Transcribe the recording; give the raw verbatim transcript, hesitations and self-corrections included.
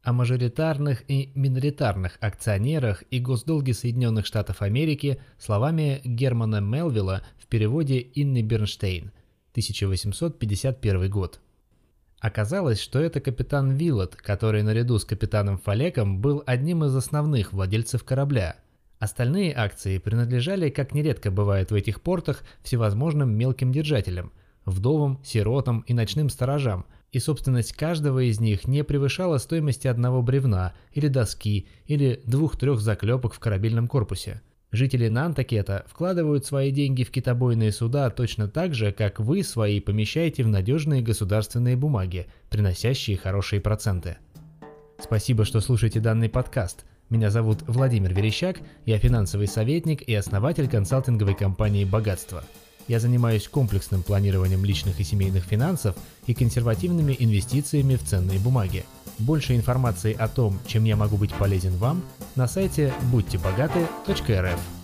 о мажоритарных и миноритарных акционерах и госдолге Соединенных Штатов Америки словами Германа Мелвилла в переводе Инны Бернштейн, тысяча восемьсот пятьдесят первый год. Оказалось, что это капитан Виллот, который наряду с капитаном Фалеком был одним из основных владельцев корабля. Остальные акции принадлежали, как нередко бывает в этих портах, всевозможным мелким держателям, вдовам, сиротам и ночным сторожам, и собственность каждого из них не превышала стоимости одного бревна или доски или двух-трех заклепок в корабельном корпусе. Жители Нантакета вкладывают свои деньги в китобойные суда точно так же, как вы свои помещаете в надежные государственные бумаги, приносящие хорошие проценты. Спасибо, что слушаете данный подкаст. Меня зовут Владимир Верещак, я финансовый советник и основатель консалтинговой компании «Богатство». Я занимаюсь комплексным планированием личных и семейных финансов и консервативными инвестициями в ценные бумаги. Больше информации о том, чем я могу быть полезен вам, на сайте будьте богаты точка эр эф.